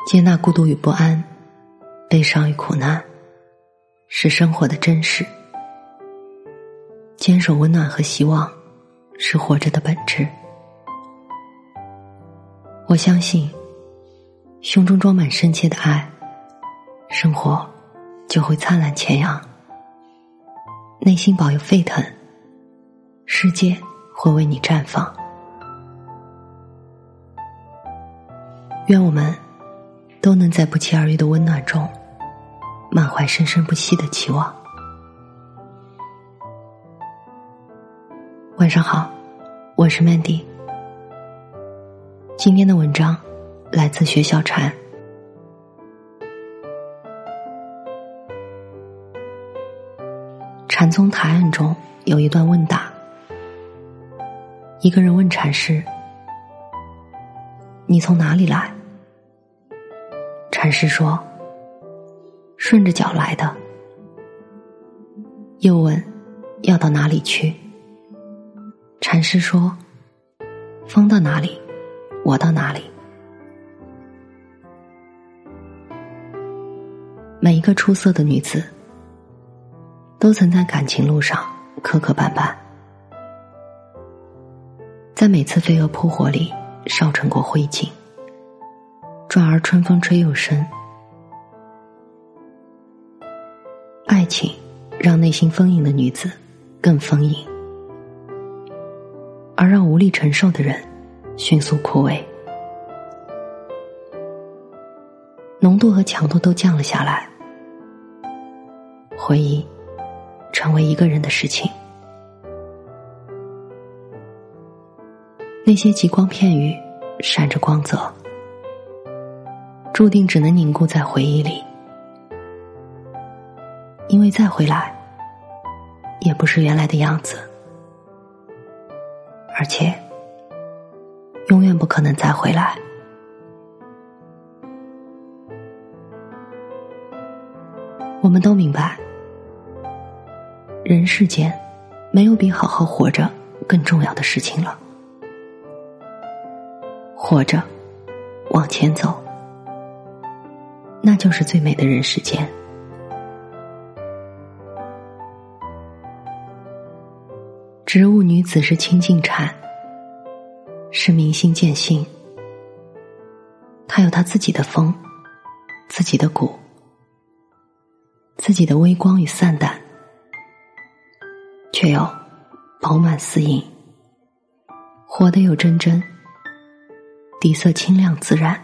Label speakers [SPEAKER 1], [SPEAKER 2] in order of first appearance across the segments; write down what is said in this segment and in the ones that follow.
[SPEAKER 1] 接纳孤独与不安，悲伤与苦难，是生活的真实。坚守温暖和希望，是活着的本质。我相信，胸中装满深切的爱，生活就会灿烂前阳；内心保有沸腾，世界会为你绽放。愿我们都能在不期而遇的温暖中，满怀生生不息的期望。晚上好，我是 Mandy。今天的文章来自学小禅。禅宗台案中有一段问答，一个人问禅师：你从哪里来？禅师说：顺着脚来的。又问：要到哪里去？禅师说：风到哪里，我到哪里。每一个出色的女子，都曾在感情路上磕磕绊绊，在每次飞蛾扑火里烧成过灰烬，转而春风吹又生。爱情让内心丰盈的女子更丰盈，而让无力承受的人迅速枯萎，浓度和强度都降了下来，回忆成为一个人的事情。那些极光片语闪着光泽，注定只能凝固在回忆里，因为再回来也不是原来的样子，而且永远不可能再回来。我们都明白，人世间没有比好好活着更重要的事情了。活着，往前走，那就是最美的人世间。植物女子是清净禅，是明心见性。她有她自己的风，自己的骨，自己的微光与散淡，却又饱满似盈，活得有真真，底色清亮自然。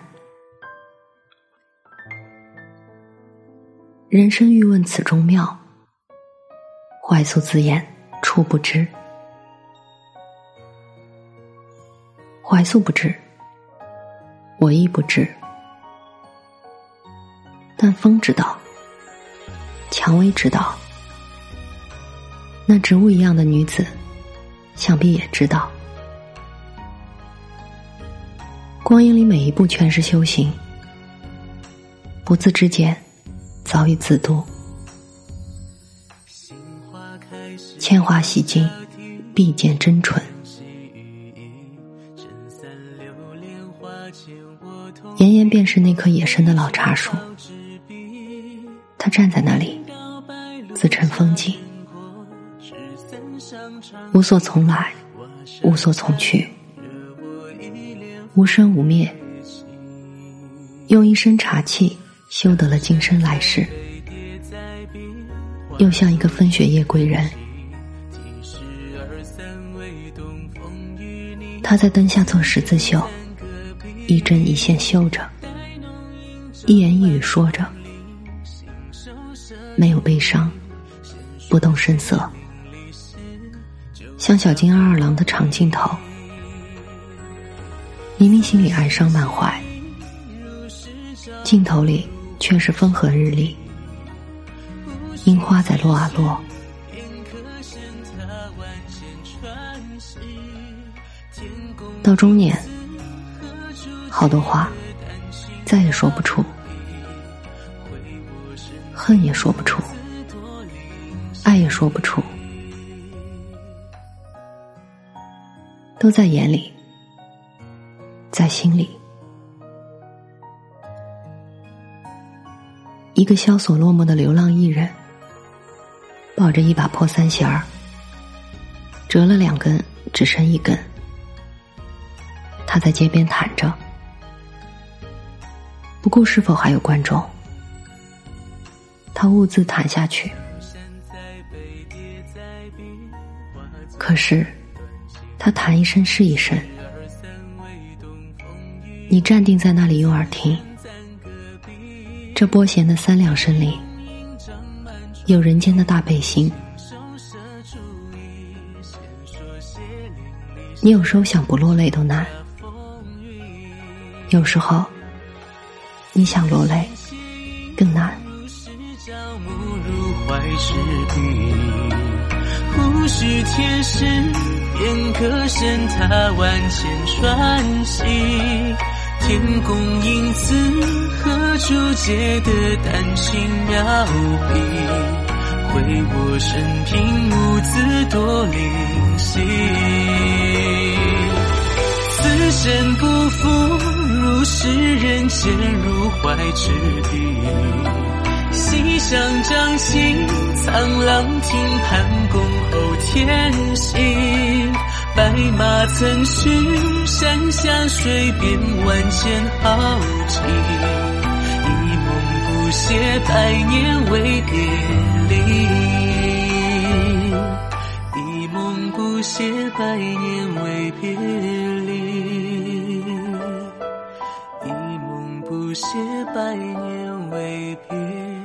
[SPEAKER 1] 人生欲问此中妙，怀素自言初不知。怀素不知，我亦不知，但风知道，蔷薇知道，那植物一样的女子想必也知道。光阴里每一步全是修行，不自知间早已自度。千花洗尽，必见真纯。妍妍便是那棵野生的老茶树，她站在那里，自成风景，无所从来，无所从去，无生无灭，用一身茶气修得了今生来世，又像一个风雪夜归人。他在灯下做十字绣，一针一线绣着，一言一语说着，没有悲伤，不动声色，像小金二郎的长镜头，明明心里哀伤满怀，镜头里却是风和日丽，樱花在落啊落。到中年，好多话再也说不出，恨也说不出，爱也说不出，都在眼里，在心里。 一个萧索落寞的流浪艺人，抱着一把破三弦儿，折了2根，只剩1根。他在街边弹着，不顾是否还有观众，他兀自弹下去。可是他弹一声是一声，你站定在那里用耳听，这拨弦的3两声里有人间的大悲心。你有时候想不落泪都难，有时候你想落泪更难。
[SPEAKER 2] 或许天时便可生他万千传奇，天公因此何处皆得丹青妙笔，毁我生平无字多灵犀。此生不负如是人间如怀之笔，西厢掌心苍狼听盘恭候天行，白马曾须山下水边万千豪情，一梦不歇百年为别离，一梦不歇百年为别离，一梦不歇百年为别离。